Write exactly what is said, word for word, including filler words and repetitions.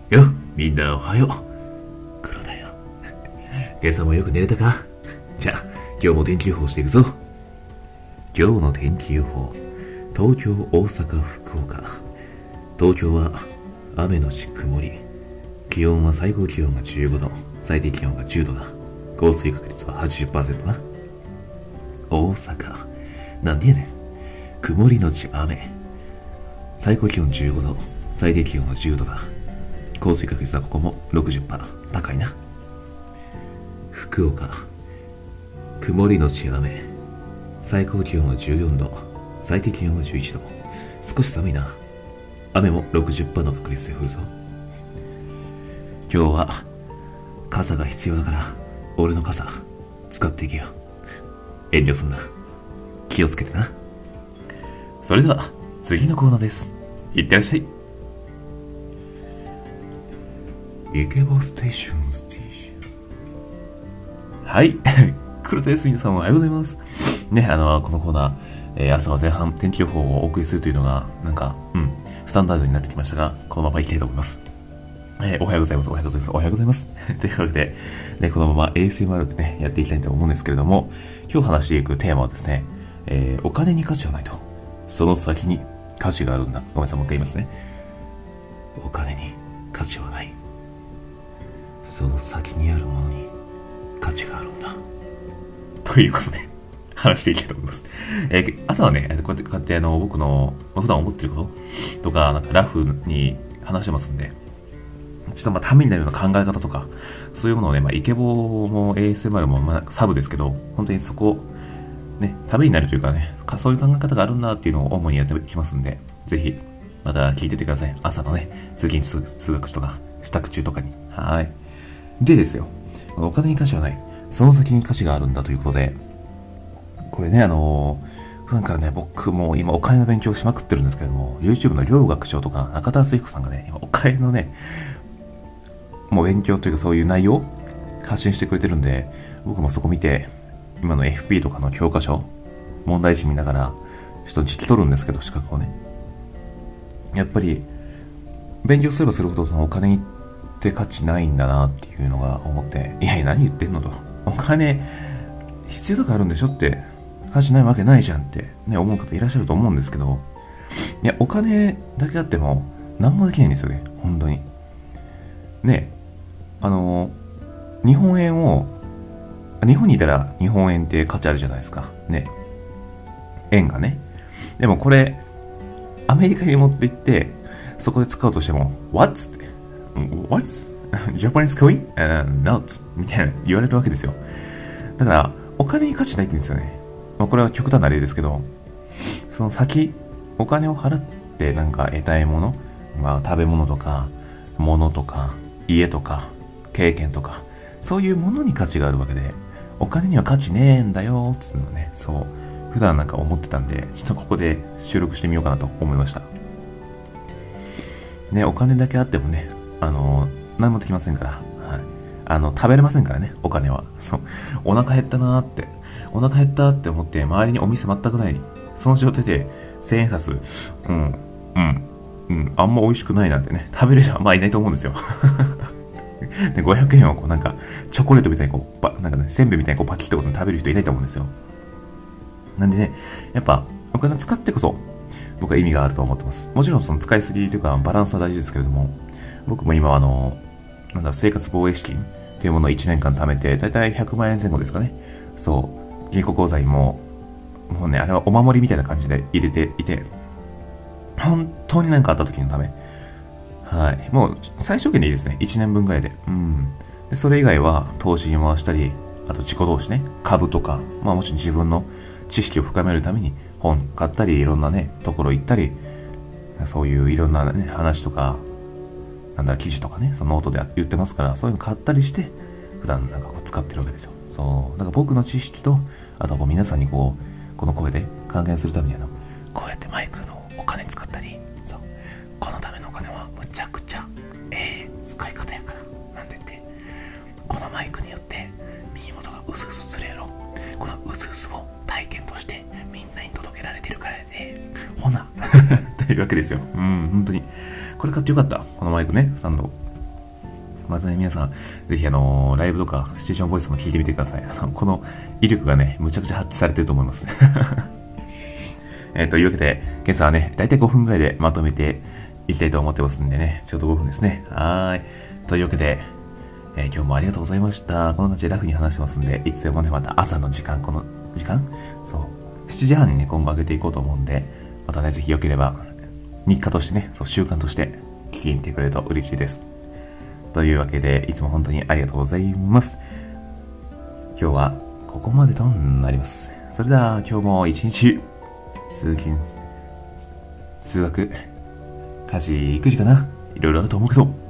よ、みんなおはよう。黒だよ。今朝もよく寝れたか？じゃあ、今日も天気予報していくぞ。今日の天気予報。東京、大阪、福岡。東京は雨のち曇り。気温は最高気温がじゅうごど、最低気温がじゅうどだ。降水確率は はちじゅっパーセント な。大阪。なんでやねん。曇りのち雨。最高気温じゅうごど、最低気温はじゅうどだ。降水確率はここも ろくじゅっパーセント 高いな。福岡。曇りのち雨。最高気温はじゅうよんど、最低気温はじゅういちど。少し寒いな。雨も ろくじゅっパーセント の確率で降るぞ。今日は傘が必要だから、俺の傘使っていけよ。遠慮すんな。気をつけてな。それでは次のコーナーです。いってらっしゃい。イケボステーションステーション。はい黒田です。皆さんおはようございます。ね、あのこのコーナー、えー、朝は前半天気予報をお送りするというのがなんかうんスタンダードになってきましたが、このままいきたいと思います。えー、おはようございます。おはようございます。おはようございます。というわけで、ね、このまま エーエスエムアール でね、やっていきたいと思うんですけれども、今日話していくテーマはですね、えー、お金に価値はないと。その先に価値があるんだ。ごめんなさい、もう一回言いますね。お金に価値はない。その先にあるものに価値があるんだ。ということで、話していきたいと思います。えー、朝はね、こうやって、こうやってあの、僕の、普段思ってることとか、なんかラフに話してますんで、ちょっとまあためになるような考え方とか、そういうものをね、まあイケボも エーエスエムアール もまあサブですけど、本当にそこ、ね、ためになるというかね、そういう考え方があるんだっていうのを主にやってきますんで、ぜひ、また聞いててください。朝のね、通勤通学とか、支度中とかに。はい。でですよ、お金に価値はない。その先に価値があるんだということで、これね、あのー、普段からね、僕も今お金の勉強をしまくってるんですけども、YouTube の両学長とか中田敦彦さんがね、今お金のね、もう勉強というかそういう内容を発信してくれてるんで、僕もそこ見て、今の エフピー とかの教科書、問題集見ながら、ちょっと聞き取るんですけど、資格をね。やっぱり、勉強すればするほどそのお金って価値ないんだなっていうのが思って、いやいや何言ってんのと。お金、必要とかあるんでしょって、価値ないわけないじゃんってね、思う方いらっしゃると思うんですけど、いや、お金だけあっても何もできないんですよね、本当に。ね、あの、日本円を、日本にいたら日本円って価値あるじゃないですか。ね。円がね。でもこれ、アメリカに持って行って、そこで使うとしても、What? って、What? Japanese coin?Not? みたいな言われるわけですよ。だから、お金に価値ないんですよね。まあ、これは極端な例ですけど、その先、お金を払ってなんか得たいもの、まあ食べ物とか、物とか、家とか、経験とか、そういうものに価値があるわけで、お金には価値ねえんだよっつうのね、そう、普段なんか思ってたんで、ちょっとここで収録してみようかなと思いました。ね、お金だけあってもね、あの、何もできませんから、はい。あの、食べれませんからね、お金は。そう。お腹減ったなーって、お腹減ったって思って、周りにお店全くない。その状態で、千円札、うん、うん、うん、あんま美味しくないなんてね、食べれる人はまあいないと思うんですよ。で、ごひゃくえんをこうなんか、チョコレートみたいにこう、ばなんかね、せんべいみたいにこうパキッと食べる人いないと思うんですよ。なんでね、やっぱ、お金使ってこそ、僕は意味があると思ってます。もちろんその使いすぎというか、バランスは大事ですけれども、僕も今あの、なんだろ、生活防衛資金っていうものをいちねんかん貯めて、だいたいひゃくまんえん前後ですかね。そう、銀行口座にも、もうね、あれはお守りみたいな感じで入れていて、本当に何かあった時のため、はい。もう最小限でいいですね。いちねんぶんぐらいで。うん。で、それ以外は投資に回したり、あと自己投資ね。株とか、まあもちろん自分の知識を深めるために本買ったり、いろんなね、ところ行ったり、そういういろんなね、話とか、なんだ、記事とかね、そのノートで言ってますから、そういうの買ったりして、普段なんかこう使ってるわけですよ。そう。だから僕の知識と、あとこう皆さんにこう、この声で還元するためにあの、こうやってマイクのお金使ったり、そう。このためのお金はむちゃくちゃええ使い方やからなんて言って、このマイクによって耳元がうすうすするやろ。このうすうすを体験としてみんなに届けられてるからで、ほなというわけですよ。うん、本当にこれ買ってよかった。このマイクね、サンドまたね、皆さん、ぜひあのー、ライブとか、シチュエーションボイスも聞いてみてください。あの、この威力がね、むちゃくちゃ発揮されてると思います。えー、というわけで、今朝はね、だいたいごふんぐらいでまとめていきたいと思ってますんでね、ちょうどごふんですね。はーい。というわけで、えー、今日もありがとうございました。この感じでラフに話してますんで、いつでもね、また朝の時間、この時間そう。しちじはんにね、今後上げていこうと思うんで、またね、ぜひ良ければ、日課としてね、そう、習慣として聞きに来てくれると嬉しいです。というわけで、いつも本当にありがとうございます。今日はここまでとなります。それでは今日も一日、通勤、通学、家事、育児かな、いろいろあると思うけど、